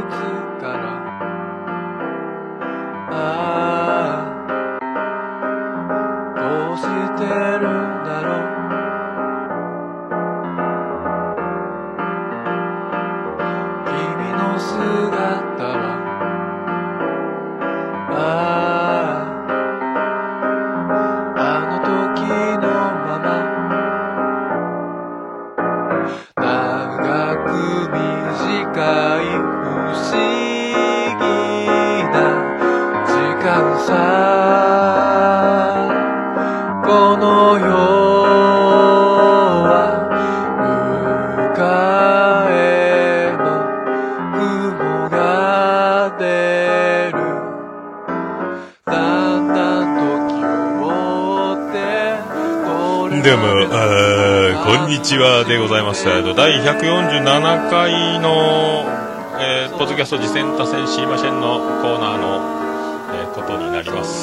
こんにちはでございます。第147回の、ポッドキャスト次戦多戦知りませんのコーナーの、ことになります。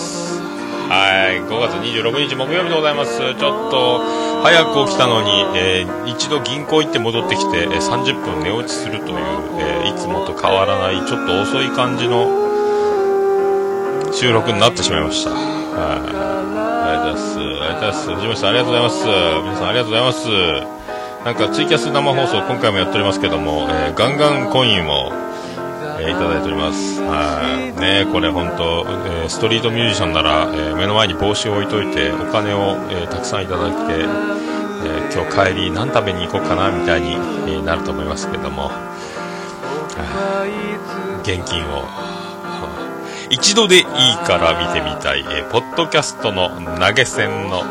はい、5月26日木曜日でございます。ちょっと早く起きたのに、一度銀行行って戻ってきて、30分寝落ちするという、いつもと変わらないちょっと遅い感じの収録になってしまいました。ありがとうございます。藤本さんありがとうございます。皆さんありがとうございます。なんかツイキャス生放送今回もやっておりますけども、ガンガンコインも、いただいております。ね、これ本当、ストリートミュージシャンなら、目の前に帽子を置いといてお金を、たくさんいただいて、今日帰り何食べに行こうかなみたいに、なると思いますけども、現金を一度でいいから見てみたい、ポッドキャストの投げ銭の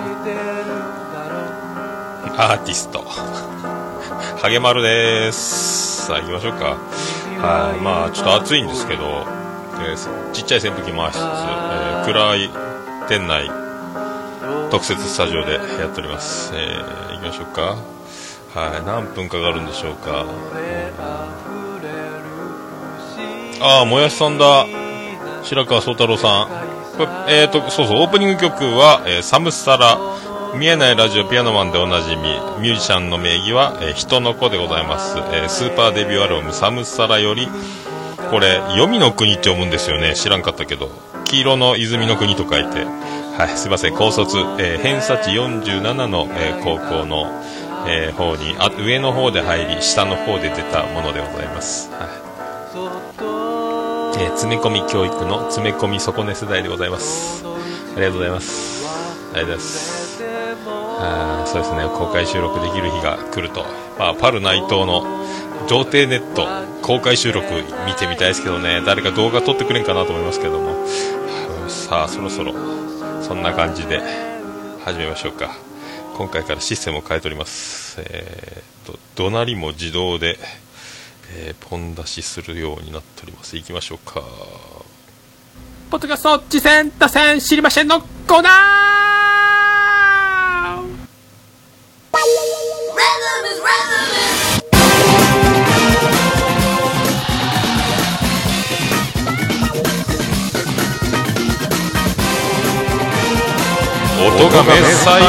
アーティストハゲマルです。さあ行きましょうか。まあちょっと暑いんですけど、ちっちゃい扇風機回しつつ、暗い店内特設スタジオでやっております。行きましょうか。何分かかるんでしょうか。もやしさんだ。白川宗太郎さん。そうそう、オープニング曲は、サムサラ、見えないラジオピアノマンでおなじみ、ミュージシャンの名義は、人の子でございます。スーパーデビューアルバムサムサラより、これ、黄泉の国って読むんですよね。知らんかったけど。黄色の泉の国と書いて。すいません、高卒、偏差値47の、高校の、方に、上の方で入り、下の方で出たものでございます。詰め込み教育の詰め込み底根世代でございます。ありがとうございます。ありがとうございます。そうですね、公開収録できる日が来ると、パル内藤の童貞ネット公開収録見てみたいですけどね、誰か動画撮ってくれんかなと思いますけども、さあそろそろそんな感じで始めましょうか。今回からシステムを変えております。怒鳴りも自動でポン出しするようになっております。行きましょうか。 ポッドキャスト次戦多戦知りませんのコーナー。 音がめっさい。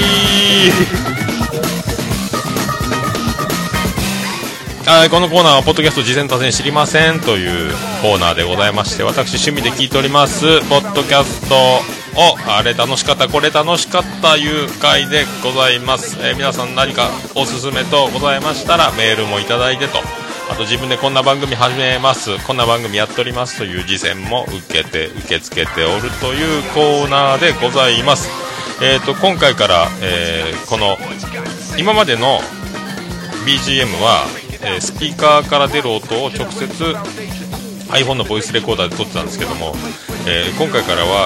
このコーナーはポッドキャスト次戦多戦知りませんというコーナーでございまして、私趣味で聞いておりますポッドキャストをあれ楽しかったこれ楽しかったいう回でございます。皆さん何かおすすめとございましたらメールもいただいてと、あと自分でこんな番組始めます、こんな番組やっておりますという次戦も受け付けておるというコーナーでございます。今回から、この今までの BGM はスピーカーから出る音を直接 iPhone のボイスレコーダーで撮ってたんですけども、今回からは、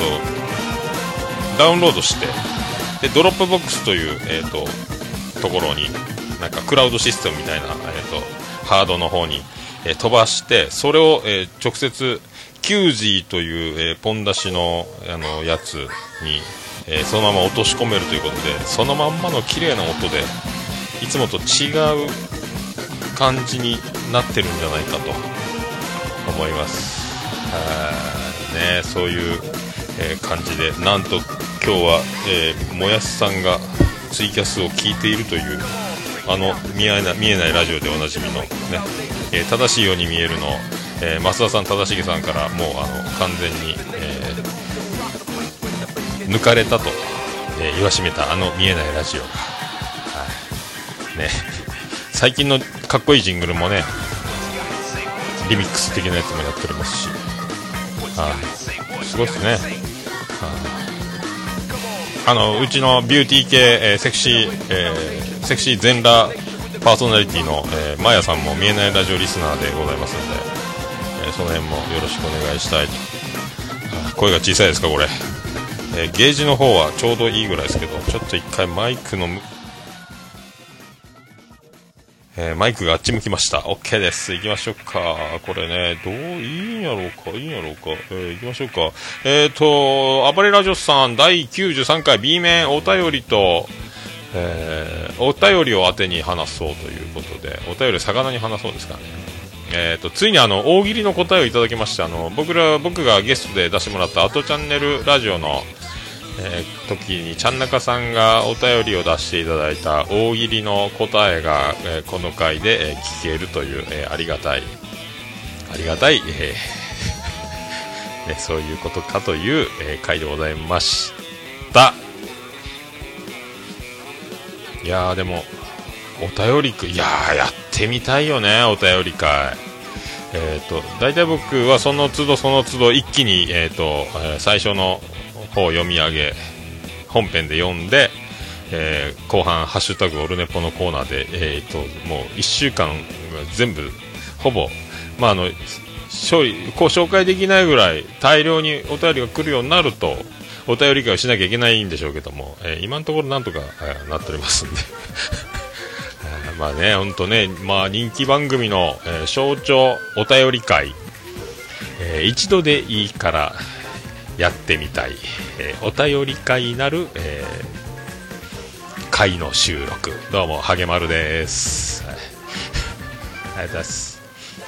ダウンロードしてでドロップボックスという、ところになんかクラウドシステムみたいな、ハードの方に、飛ばしてそれを、直接 QG という、ポン出しの、やつに、そのまま落とし込めるということで、そのまんまの綺麗な音でいつもと違う感じになってるんじゃないかと思います。ね、そういう、感じで、なんと今日は、もやしさんがツイキャスを聞いているという見えないラジオでおなじみのね、 正しいように見えるの、増田さん、正成さんからもう完全に、抜かれたと、言わしめた見えないラジオが、はいね、最近のかっこいいジングルもねリミックス的なやつもやっておりますし、すごいですね。うちのビューティー系、セクシー全裸パーソナリティの、マヤさんも見えないラジオリスナーでございますので、その辺もよろしくお願いしたい。声が小さいですかこれ、ゲージの方はちょうどいいぐらいですけど、ちょっと一回マイクがあっち向きました。 OK です。行きましょうか。これねどういいんやろうか、行きましょうか。暴れラジオさん第93回 B 面お便りと、お便りを当てに話そうということで、お便り魚に話そうですかね。ついに大喜利の答えをいただきました。僕がゲストで出してもらった後チャンネルラジオの時にちゃんなかさんがお便りを出していただいた大喜利の答えが、この回で、聞けるという、ありがたい、ね、そういうことかという、回でございました。いやーでもお便りやってみたいよね、お便り会。大体僕はその都度一気に、最初の方読み上げ本編で読んで、後半ハッシュタグオルネポのコーナーで、もう1週間全部ほぼ、紹介できないぐらい大量にお便りが来るようになるとお便り会をしなきゃいけないんでしょうけども、今のところなんとか、なっておりますんでまあね、本当ね、人気番組の、象徴お便り会、一度でいいからやってみたい、お便り会なる、会の収録。どうもハゲマルです、はい、ありがとうございます。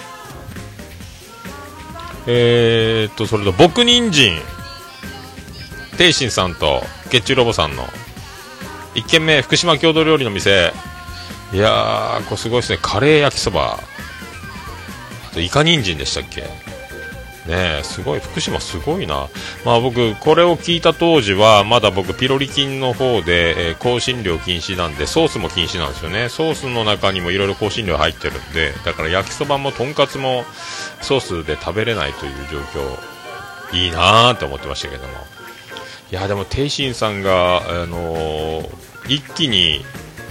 それと僕人参ていしんさんとゲッチュロボさんの1軒目福島郷土料理の店、いやーこれすごいですね。カレー焼きそば、あとイカ人参でしたっけね、すごい福島すごいな。僕これを聞いた当時はまだ僕ピロリ菌の方で、香辛料禁止なんでソースも禁止なんですよね。ソースの中にもいろいろ香辛料入ってるんで、だから焼きそばもとんかつもソースで食べれないという状況、いいなーって思ってましたけども、いやでもていしんさんが、一気に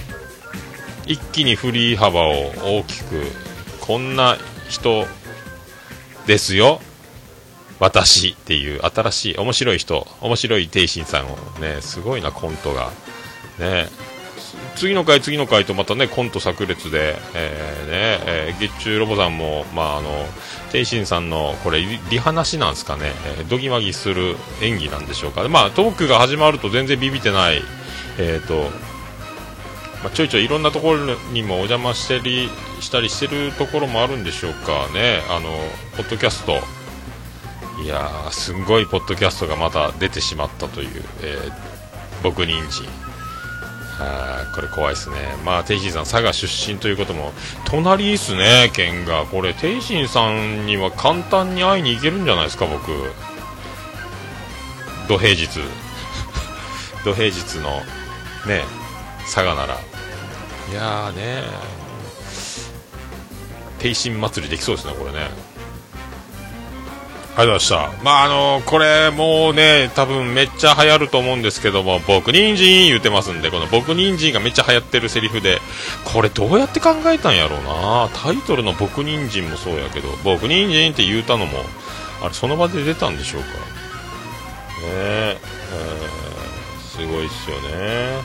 振り幅を大きく、こんな人ですよ私っていう新しい面白いていしんさんをね、すごいなコントがね、次の回とまたねコント炸裂で、月中ロボさんもていしんさんのこれリハなしなんですかね、ドギマギする演技なんでしょうか。トークが始まると全然ビビってない、ちょいちょいいろんなところにもお邪魔したりしてるところもあるんでしょうかね。ポッドキャスト、いやーすんごいポッドキャストがまた出てしまったという、僕人参、これ怖いですね。ていしんさん佐賀出身ということも隣ですね、県が。これていしんさんには簡単に会いに行けるんじゃないですか。僕土平日のね佐賀なら、いやーねていしん祭りできそうですねこれね。ありがとうございました。これもうね多分めっちゃ流行ると思うんですけども、僕人参言うてますんで、この僕人参がめっちゃ流行ってるセリフで、これどうやって考えたんやろうな。タイトルの僕人参もそうやけど、僕人参って言うたのもあれその場で出たんでしょうかね。すごいっすよね。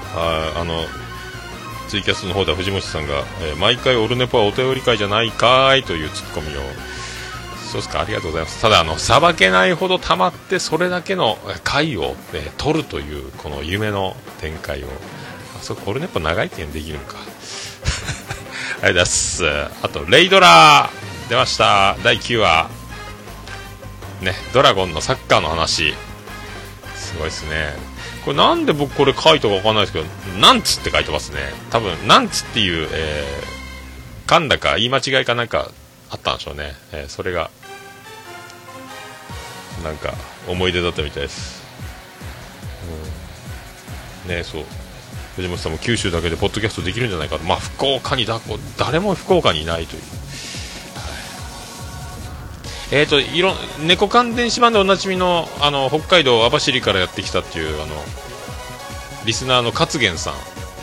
ツイキャスの方では藤本さんが、毎回オルネポはお便り会じゃないかーいというツッコミを、そうですか、ありがとうございます。たださばけないほど溜まってそれだけの回を、取るというこの夢の展開を、そこオルネポ長い件できるのかありがとうございます。あとレイドラー出ました。第9話ね、ドラゴンのサッカーの話、すごいですね。これなんで僕これ書いたかわかんないですけど、ナンツって書いてますね。多分ナンツっていう、 噛んだか言い間違いかなんかあったんでしょうね、それがなんか思い出だったみたいです、ね。そう藤本さんも九州だけでポッドキャストできるんじゃないかと、まあ福岡に誰も福岡にいないという、猫関電子版でおなじみの北海道網走からやってきたっていうリスナーの勝元さん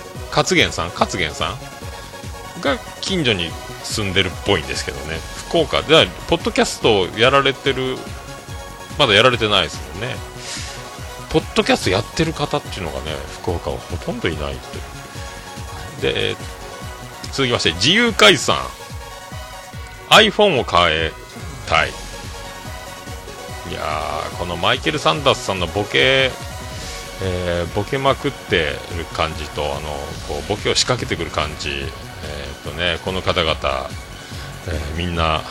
が近所に住んでるっぽいんですけどね。福岡ではポッドキャストやられてる、まだやられてないですもんね。ポッドキャストやってる方っていうのがね、福岡はほとんどいないってで、続きまして自由解散 iPhone を変えたい。いやー、このマイケル・サンダースさんのボケまくってる感じとこうボケを仕掛けてくる感じ、この方々、みんな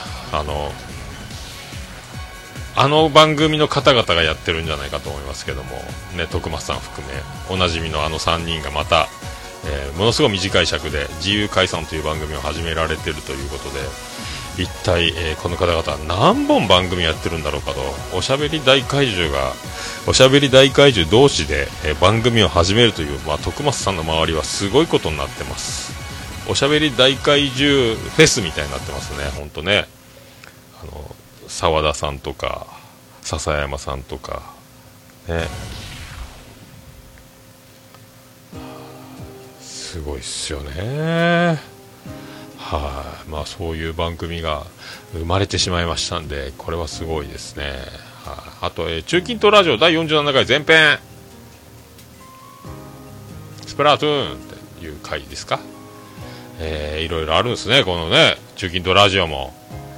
番組の方々がやってるんじゃないかと思いますけどもね。徳松さん含めおなじみの3人がまた、ものすごい短い尺で自由解散という番組を始められてるということで、一体、この方々は何本番組やってるんだろうかと。おしゃべり大怪獣同士で、番組を始めるという、徳松さんの周りはすごいことになってます。おしゃべり大怪獣フェスみたいになってますね、本当ね。澤田さんとか笹山さんとかね、すごいっすよね。そういう番組が生まれてしまいましたんで、これはすごいですね。あと、中近東ラジオ第47回前編スプラトゥーンっていう回ですか。いろいろあるんですね、このね中近東ラジオも。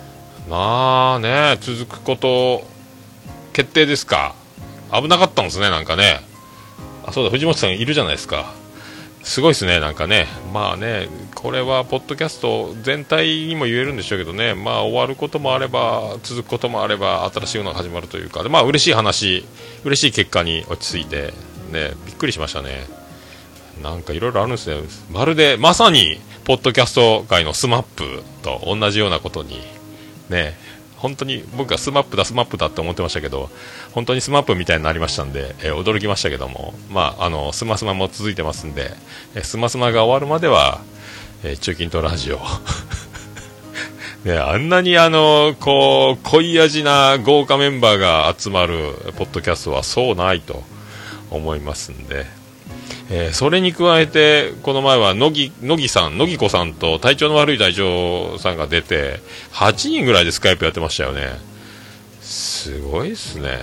続くこと決定ですか。危なかったんですね、なんかね。そうだ、藤本さんいるじゃないですか。すごいですね、なんかね。これはポッドキャスト全体にも言えるんでしょうけどね。終わることもあれば続くこともあれば新しいのが始まるというか、嬉しい話、嬉しい結果に落ち着いてね、びっくりしましたね。なんかいろいろあるんですね。まさにポッドキャスト界のスマップと同じようなことにね、本当に僕はスマップだって思ってましたけど、本当にスマップみたいになりましたんで、驚きましたけども、スマスマも続いてますんで、スマスマが終わるまでは、中近東ラジオね、あんなに濃い味な豪華メンバーが集まるポッドキャストはそうないと思いますんで、それに加えてこの前は乃木子さんと体調の悪い隊長さんが出て8人ぐらいでスカイプやってましたよね。すごいですね。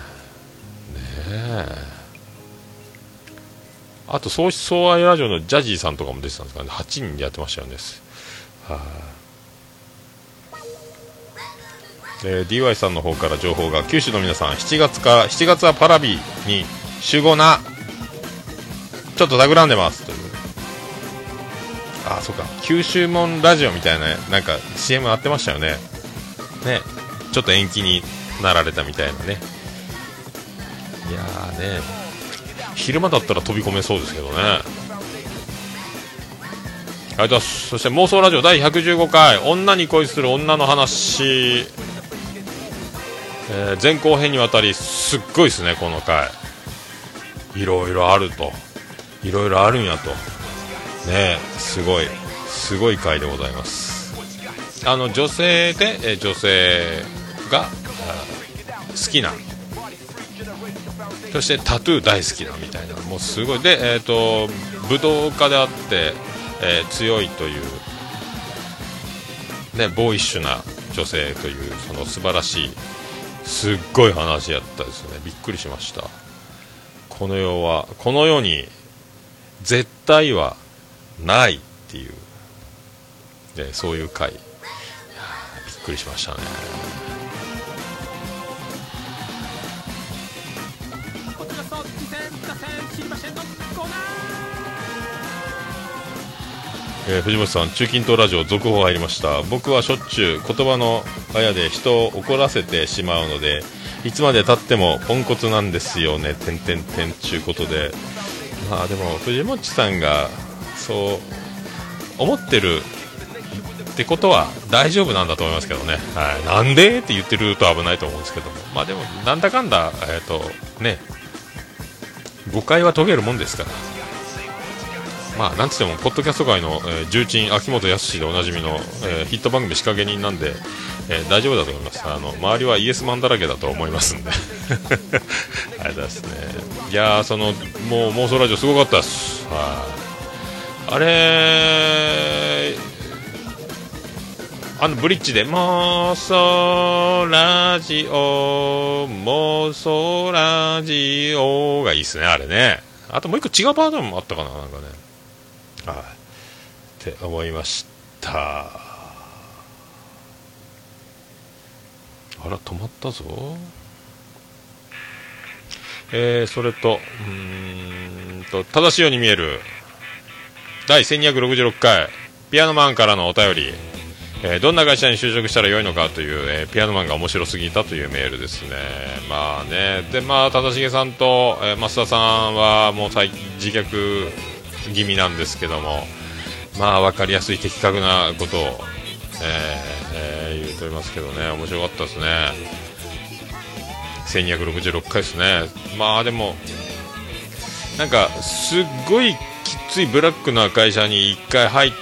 あと総愛ラジオのジャジーさんとかも出てたんですかね。8人でやってましたよね。DY さんの方から情報が、九州の皆さん7月はパラビに集合な、ちょっと企んでますという。そうか、九州門ラジオみたいななんか CM やってましたよね。ちょっと延期になられたみたいなね。いやーね、昼間だったら飛び込めそうですけどね。ありがとうございます。そして妄想ラジオ第115回女に恋する女の話、前後編にわたりすっごいですね、この回。いろいろあるんやとね。すごい回でございます。女性で、女性が好きな、そしてタトゥー大好きなみたいな、もうすごいで、武道家であって、強いというね、ボーイッシュな女性という、その素晴らしいすっごい話やったですね。びっくりしました。この世に絶対はないっていうで、そういう回、びっくりしましたね。藤本さん、中近東ラジオ続報入りました。僕はしょっちゅう言葉のあやで人を怒らせてしまうので、いつまで経ってもポンコツなんですよね。ちゅうことで、でも藤本さんがそう思ってるってことは大丈夫なんだと思いますけどね、はい、なんでって言ってると危ないと思うんですけども、まあでもなんだかんだ、ね、誤解は解けるもんですから、まあなんつってもポッドキャスト界の、重鎮秋元康でおなじみの、ヒット番組仕掛け人なんで、大丈夫だと思います。周りはイエスマンだらけだと思いますんであれですね。いやー、もう妄想ラジオすごかったです。あれブリッジで妄想ラジオ妄想ラジオがいいですね、あれね。あともう一個違うバージョンもあったかな、なんかね、って思いました。あら止まったぞ。それと正しいように見える第1266回ピアノマンからのお便り、どんな会社に就職したらよいのかという、ピアノマンが面白すぎたというメールですね。まあね、でまあ忠重さんと、増田さんはもう自虐気味なんですけども、まあ分かりやすい的確なことを、言うとおりますけどね、面白かったですね。1266回ですね。まあでもなんかすっごいきついブラックな会社に1回入って、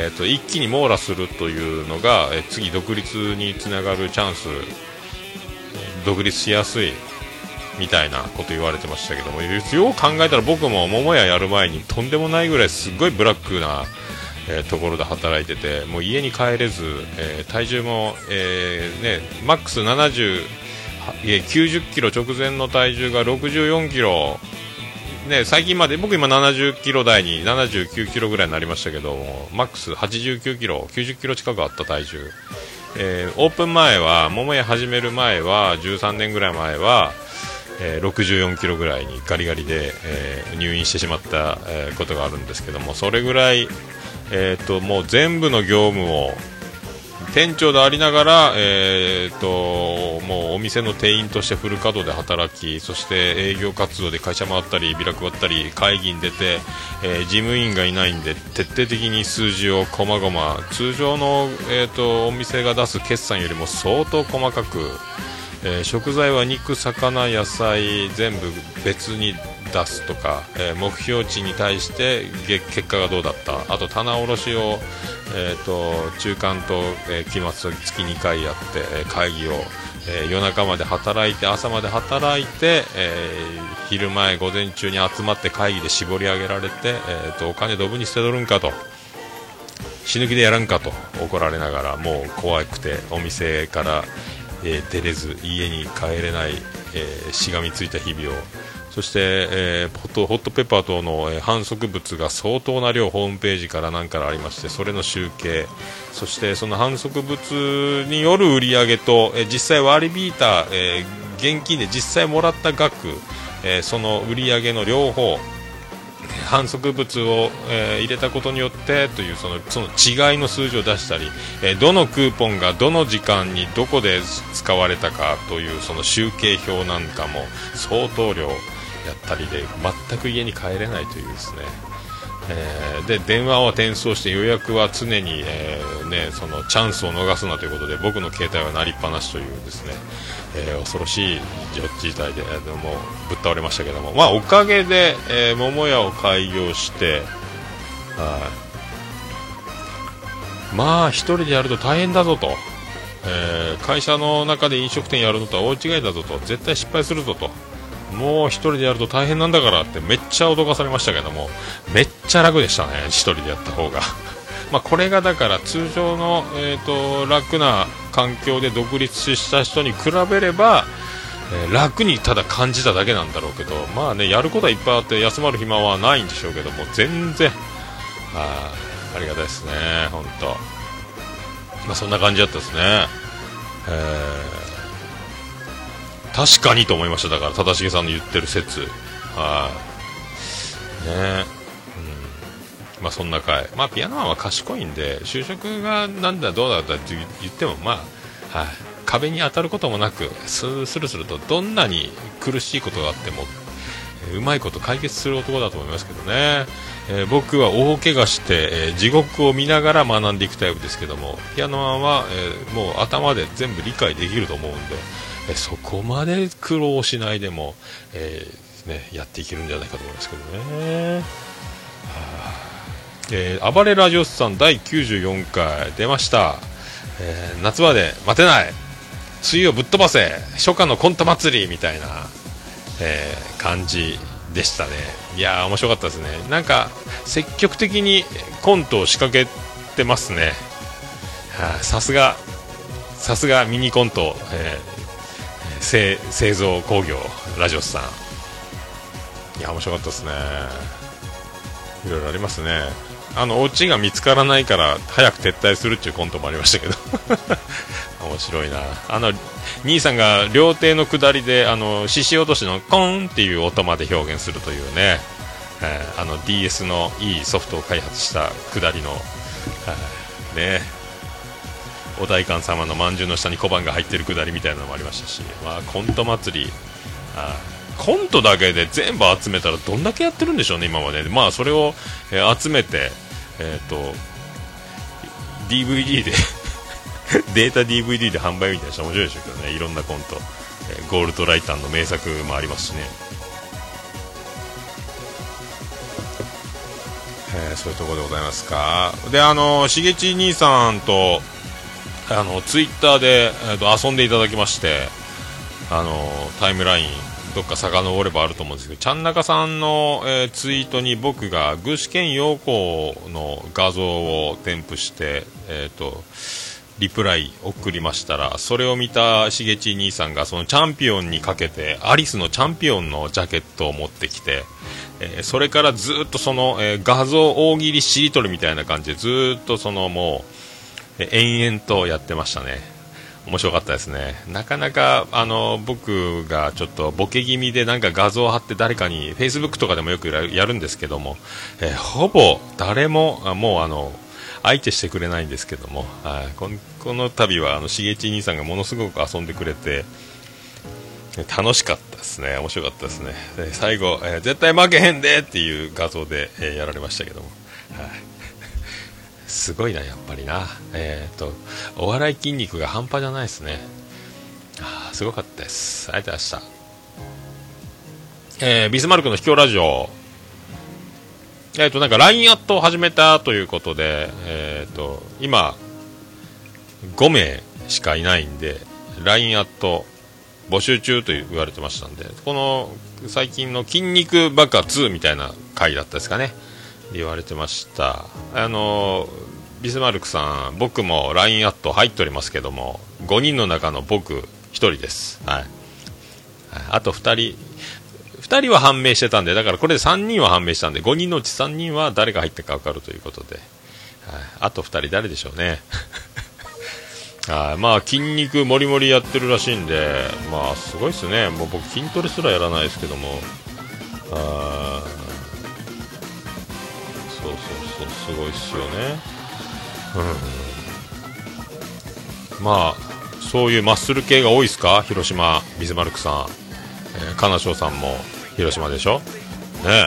一気に網羅するというのが、次独立につながるチャンス、独立しやすいみたいなこと言われてましたけども、よう考えたら僕も桃屋やる前にとんでもないぐらいすごいブラックな、ところで働いてて、もう家に帰れず、体重も、マックス90キロ直前の体重が64キロね、最近まで僕今70キロ台に79キロぐらいになりましたけども、マックス89キロ90キロ近くあった体重、オープン前は桃屋始める前は13年ぐらい前は、64キロぐらいにガリガリで、入院してしまった、ことがあるんですけども、それぐらい、もう全部の業務を店長でありながら、もうお店の店員としてフル稼働で働き、そして営業活動で会社回ったりビラ配ったり会議に出て、事務員がいないんで徹底的に数字をこまごま、通常の、お店が出す決算よりも相当細かく、食材は肉、魚、野菜全部別に出すとか、目標値に対して結果がどうだった、あと棚卸しを、中間と、期末月2回やって、会議を、夜中まで働いて朝まで働いて、昼前午前中に集まって会議で絞り上げられて、お金ドブに捨てとるんかと、死ぬ気でやらんかと怒られながら、もう怖くてお店から、出れず家に帰れない、しがみついた日々を、そして、ホットペッパー等の、販促物が相当な量ホームページから何からありまして、それの集計、そしてその販促物による売り上げと、実際割り引いた、現金で実際もらった額、その売り上げの両方、販促物を、入れたことによってというその違いの数字を出したり、どのクーポンがどの時間にどこで使われたかというその集計表なんかも相当量やったりで、全く家に帰れないというですね、で電話は転送して予約は常に、そのチャンスを逃すなということで僕の携帯は鳴りっぱなしというですね、恐ろしい事態で、もうぶっ倒れましたけども、まあおかげで、桃屋を開業して、まあ一人でやると大変だぞと、会社の中で飲食店やるのとは大違いだぞと、絶対失敗するぞと、もう一人でやると大変なんだからってめっちゃ脅かされましたけども、めっちゃ楽でしたね、一人でやった方がまあこれがだから通常の、楽な環境で独立した人に比べれば、楽にただ感じただけなんだろうけど、まあね、やることはいっぱいあって休まる暇はないんでしょうけども、全然ありがたいですね、本当。まあそんな感じだったですね。確かにと思いました。だから忠重さんの言ってる説、まあそんな回、まあピアノマンは賢いんで、就職がなんだどうだったって言ってもまあ、壁に当たることもなく、スルスルとどんなに苦しいことがあっても、 うまいこと解決する男だと思いますけどね。僕は大怪我して、地獄を見ながら学んでいくタイプですけども、ピアノマンは、もう頭で全部理解できると思うんで、そこまで苦労しないでも、やっていけるんじゃないかと思いますけどね。暴れラジオスさん第94回出ました。夏まで待てない、水曜ぶっ飛ばせ、初夏のコント祭りみたいな、感じでしたね。いやー面白かったですね。なんか積極的にコントを仕掛けてますね。さすがミニコント、製造工業ラジオスさん、いや面白かったですね。いろいろありますね。オチが見つからないから早く撤退するっていうコントもありましたけど面白いな。兄さんが料亭の下りで獅子落としのコーンっていう音まで表現するというね、DS のいいソフトを開発した下りの、ね、お代官様のまんじゅうの下に小判が入ってる下りみたいなのもありましたし、コント祭り、コントだけで全部集めたらどんだけやってるんでしょうね今まで。それを、集めて、DVD でデータ DVD で販売みたいな人面白いでしょうけどね。いろんなコント、ゴールドライターの名作もありますしね。そういうところでございますか。でしげち兄さんとツイッターで、遊んでいただきまして、タイムラインどっか遡ればあると思うんですけど、ちゃんなかさんの、ツイートに僕が具志堅用高の画像を添付して、リプライ送りましたら、それを見たしげち兄さんがそのチャンピオンにかけてアリスのチャンピオンのジャケットを持ってきて、それからずっとその、画像大喜利しりとりみたいな感じでずっとそのもう、延々とやってましたね。面白かったですね。なかなか僕がちょっとボケ気味でなんか画像を貼って誰かに Facebook とかでもよくやるんですけども、ほぼ誰ももう相手してくれないんですけども、この度はしげち兄さんがものすごく遊んでくれて楽しかったですね。面白かったですね。で最後、絶対負けへんでっていう画像で、やられましたけども、すごいなやっぱりな。お笑い筋肉が半端じゃないですね。すごかったです。ありがとうございました。ビスマルクの秘境ラジオ、なんか LINE アットを始めたということで、今5名しかいないんで LINE アット募集中と言われてましたんで、この最近の筋肉バカ2みたいな回だったですかね、言われてました。ビスマルクさん、僕も LINE アット入っておりますけども、5人の中の僕1人です。あと2人は判明してたんで、だからこれで3人は判明したんで、5人のうち3人は誰が入ってるか分かるということで、あと2人誰でしょうね筋肉もりもりやってるらしいんで、すごいですね。もう僕筋トレすらやらないですけども、そうすごいっすよね。そういうマッスル系が多いですか、広島ビスマルクさん。金賞さんも広島でしょね。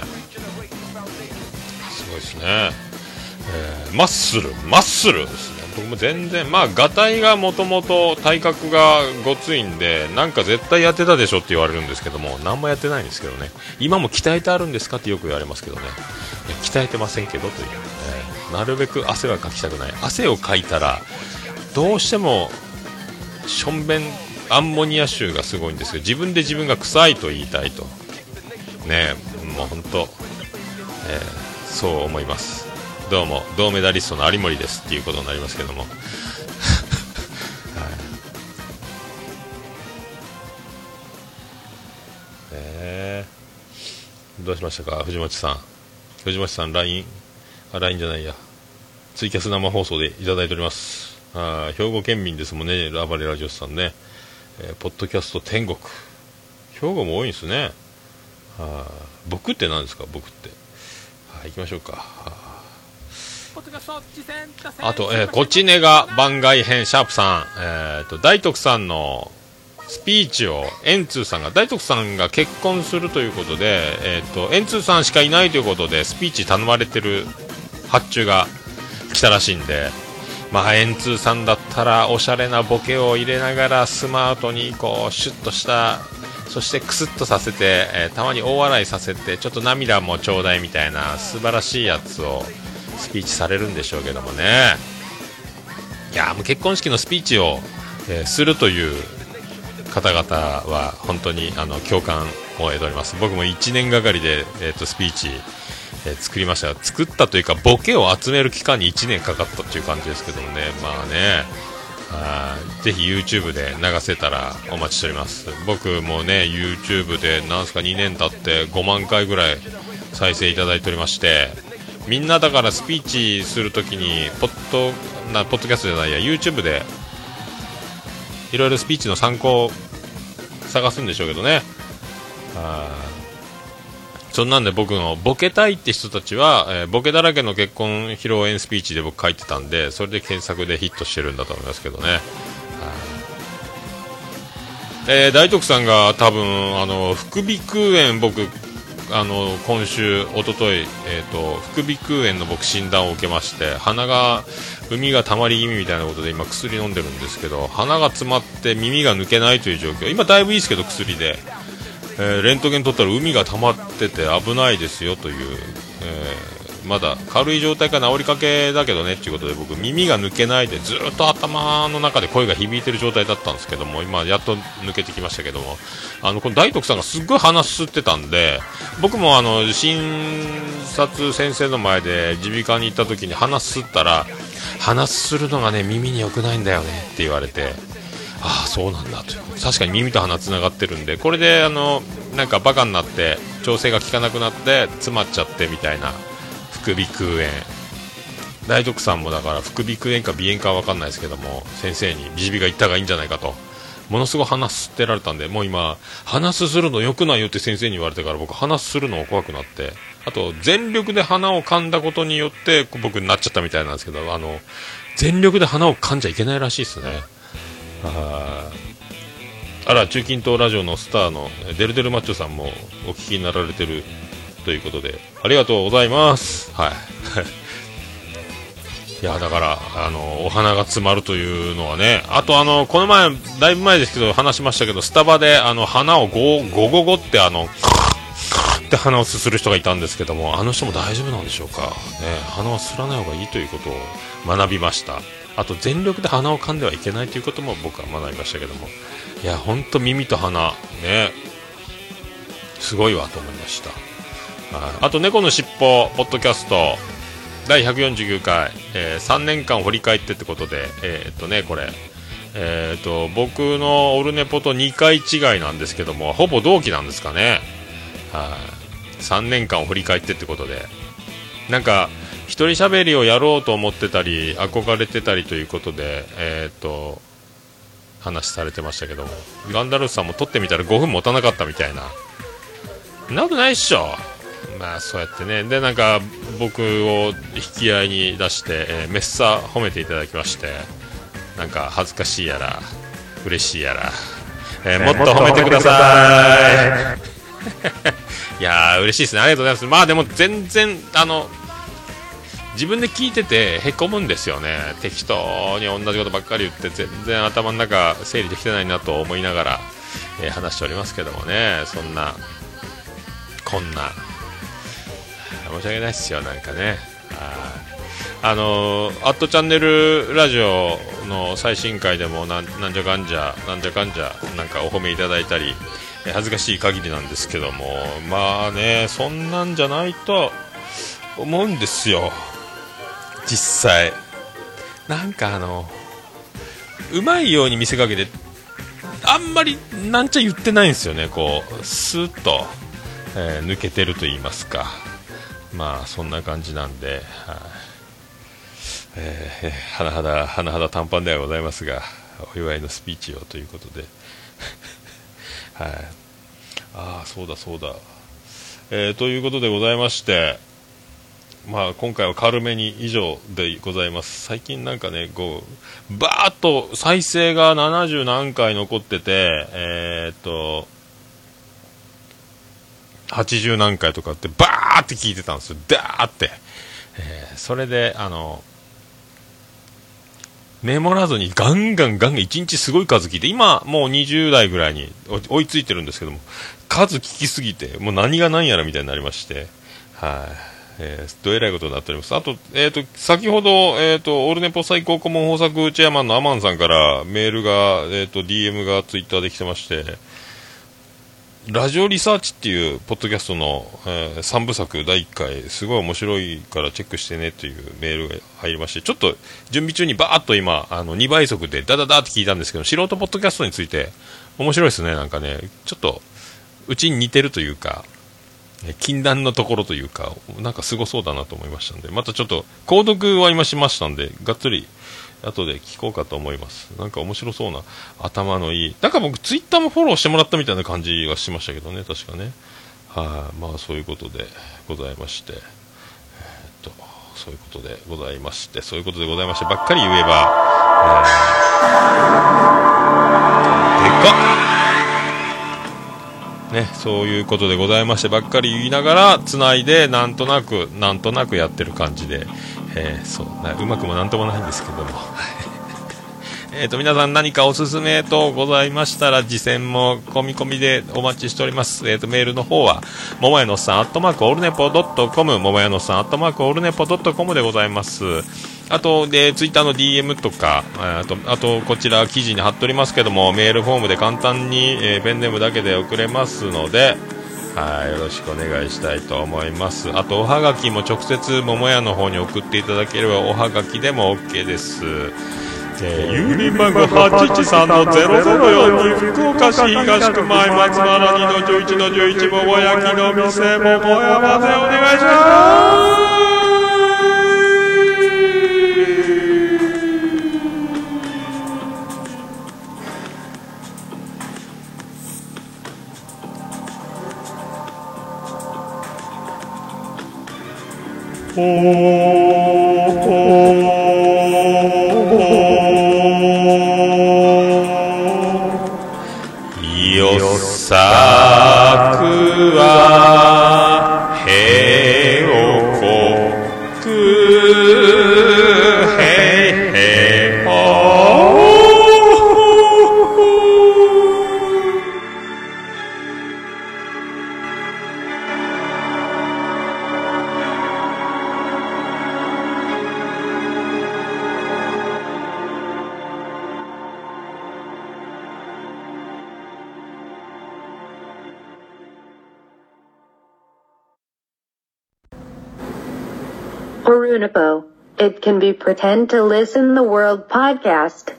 すごいですね。マッスルですね。僕も全然ガタイがもともと体格がごついんで、なんか絶対やってたでしょって言われるんですけども、何もやってないんですけどね。今も鍛えてあるんですかってよく言われますけどね、鍛えてませんけどという、なるべく汗はかきたくない。汗をかいたらどうしてもしょんべんアンモニア臭がすごいんですけど、自分で自分が臭いと言いたいとね。もう本当、そう思います。どうも銅メダリストの有森ですっていうことになりますけどもどうしましたか藤本さん。 LINE じゃないや、ツイキャス生放送でいただいております。兵庫県民ですもんね、暴れラジオスさんね。ポッドキャスト天国、兵庫も多いんですね。僕って何ですか、僕って。行きましょうか。あと、こちねが番外編シャープさん、大徳さんのスピーチをエンツーさんが、大徳さんが結婚するということで、エンツーさんしかいないということでスピーチ頼まれてる発注が来たらしいんで、まあエンツーさんだったらおしゃれなボケを入れながらスマートにこうシュッとした、そしてクスッとさせて、たまに大笑いさせてちょっと涙もちょうだいみたいな素晴らしいやつをスピーチされるんでしょうけどもね。いやもう結婚式のスピーチを、するという方々は本当に共感を得ております。僕も1年がかりで、スピーチ、作りました。作ったというかボケを集める期間に1年かかったという感じですけどもね。まあね、ぜひ YouTube で流せたらお待ちしております。僕もね YouTube でなんすか2年経って5万回ぐらい再生いただいておりまして、みんなだからスピーチするときにポッドキャストじゃないや YouTube でいろいろスピーチの参考を探すんでしょうけどね。そんなんで僕のボケたいって人たちは、ボケだらけの結婚披露宴スピーチで僕書いてたんで、それで検索でヒットしてるんだと思いますけどね。大徳さんが多分副鼻腔炎、僕今週おととい副鼻腔炎の僕診断を受けまして、鼻が海が溜まり気味みたいなことで今薬飲んでるんですけど、鼻が詰まって耳が抜けないという状況。今だいぶいいですけど薬で、レントゲン取ったら海が溜まってて危ないですよという、まだ軽い状態から治りかけだけどねっていうことで、僕耳が抜けないでずっと頭の中で声が響いてる状態だったんですけども、今やっと抜けてきましたけども、この大徳さんがすっごい鼻すってたんで、僕も診察先生の前で耳鼻科に行った時に鼻すったら、鼻するのがね耳に良くないんだよねって言われて、ああそうなんだという、確かに耳と鼻つながってるんで、これでなんかバカになって調整が効かなくなって詰まっちゃってみたいな副鼻腔炎。大徳さんもだから副鼻腔炎か鼻炎かは分かんないですけども、先生に耳鼻科行った方がいいんじゃないかと、ものすごい鼻すってられたんで、もう今鼻すするの良くないよって先生に言われてから僕鼻するの怖くなって、あと全力で鼻を噛んだことによって僕になっちゃったみたいなんですけど、全力で鼻を噛んじゃいけないらしいですね。あら、中近東ラジオのスターのデルデルマッチョさんもお聞きになられてるということでありがとうございます。はいいやだからお花が詰まるというのはね、あとこの前だいぶ前ですけど話しましたけど、スタバで花をゴゴってって鼻をすする人がいたんですけども、人も大丈夫なんでしょうかね。鼻はすらない方がいいということを学びました。あと全力で鼻を噛んではいけないということも僕は学びましたけども、いやほんと耳と鼻ねすごいわと思いました。あと猫のしっぽポッドキャスト第149回、3年間振り返ってってことでこれ僕のオルネポと2回違いなんですけども、ほぼ同期なんですかね。3年間を振り返ってってことで、なんか一人喋りをやろうと思ってたり憧れてたりということで話されてましたけども、ガンダルフさんも撮ってみたら5分持たなかったみたいな。なことないっしょ。まあそうやってね、でなんか僕を引き合いに出して、めっさ褒めていただきまして、なんか恥ずかしいやら嬉しいやら、もっと褒めてくださいいやー嬉しいですね、ありがとうございます。まあでも全然自分で聞いててへこむんですよね。適当に同じことばっかり言って全然頭の中整理できてないなと思いながら、話しておりますけどもね。そんなこんな申し訳ないっすよ、なんかね。アットチャンネルラジオの最新回でもなんじゃかんじゃなんかお褒めいただいたり、恥ずかしい限りなんですけども、まあねそんなんじゃないと思うんですよ実際。なんかうまいように見せかけてあんまりなんちゃ言ってないんですよね。こうスーッと、抜けてると言いますか、まあそんな感じなんで、甚だ短パンではございますが、お祝いのスピーチをということではい、そうだ、ということでございまして、 まあ、今回は軽めに以上でございます。最近なんかね、こうバーッと再生が70何回残ってて、80何回とかってバーって聞いてたんですよ。ダーって、それでメモらずにガンガン1日すごい数聞いて、今もう20代ぐらいに追いついてるんですけども、数聞きすぎてもう何が何やらみたいになりまして、はい、どえらいことになっております。あと、先ほど、オールネポ最高顧問豊作チェアマンのアマンさんからメールが、DM がツイッターで来てまして、ラジオリサーチっていうポッドキャストの、3部作第1回すごい面白いからチェックしてねというメールが入りまして、ちょっと準備中にバーッと今2倍速でダダダって聞いたんですけど、素人ポッドキャストについて面白いですね。なんかね、ちょっとうちに似てるというか、禁断のところというか、なんかすごそうだなと思いましたんで、またちょっと購読は今しましたんで、がっつり後で聞こうかと思います。なんか面白そうな頭のいい、なんか僕ツイッターもフォローしてもらったみたいな感じがしましたけどね、確かね。はい、まあそういうことでございまして、そういうことでございましてそういうことでございましてばっかり言えば、でかっね、そういうことでございましてばっかり言いながらつないでなんとなくやってる感じで、そううまくもなんともないんですけども皆さん何かおすすめとございましたら次戦も込み込みでお待ちしております。メールの方はももやのさん@オールネポ.com ももやのさん@オールネポ.com でございます。あとでツイッターの DM とかあとこちら記事に貼っておりますけども、メールフォームで簡単に、ペンネームだけで送れますので、はい、よろしくお願いしたいと思います。あとおはがきも直接ももやの方に送っていただければおはがきでも OK です。郵便番号 813-0042 福岡市東区前松原 2-11-11 桃焼きの店桃山でお願いします。よさくはへおこくへへお Harunapo. It can be pretend to listen the world podcast.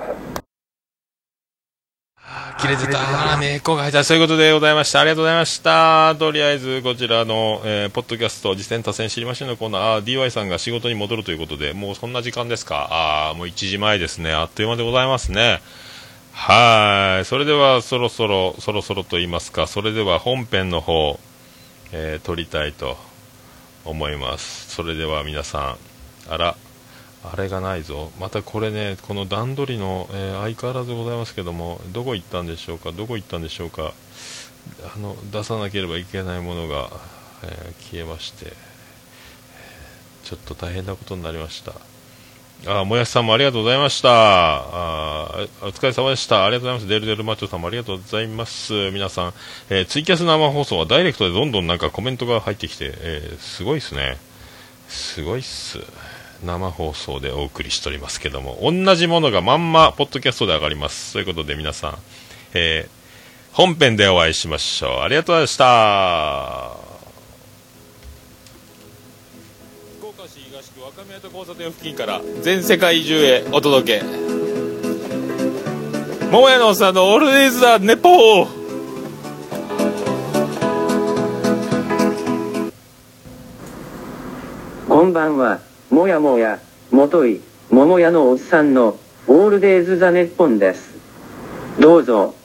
切れてたね、エコーが入った。そういうことでございました。ありがとうございました。とりあえずこちらの、ポッドキャスト実践多戦知りませんのコーナー、DY さんが仕事に戻るということで、もうそんな時間ですか。もう1時前ですね。あっという間でございますね。はい、それではそろそろと言いますか、それでは本編の方、撮りたいと思います。それでは皆さん、あれがないぞ。またこれね、この段取りの、相変わらずございますけども、どこ行ったんでしょうか。出さなければいけないものが、消えまして、ちょっと大変なことになりました。もやしさんもありがとうございました。お疲れ様でした。ありがとうございます。デルデルマッチョさんもありがとうございます。皆さん、ツイキャス生放送はダイレクトでどんどんなんかコメントが入ってきて、すごいっすね。すごいっす。生放送でお送りしておりますけども、同じものがまんまポッドキャストで上がります。ということで皆さん、本編でお会いしましょう。ありがとうございました。福岡市東区若宮と交差点付近から全世界中へお届け、桃屋のおっさんのオールディーズ・ザ・ネポー。 こんばんは。もやもや、もとい、桃屋のおっさんのオールデイズ・ザ・ネッポンです。どうぞ。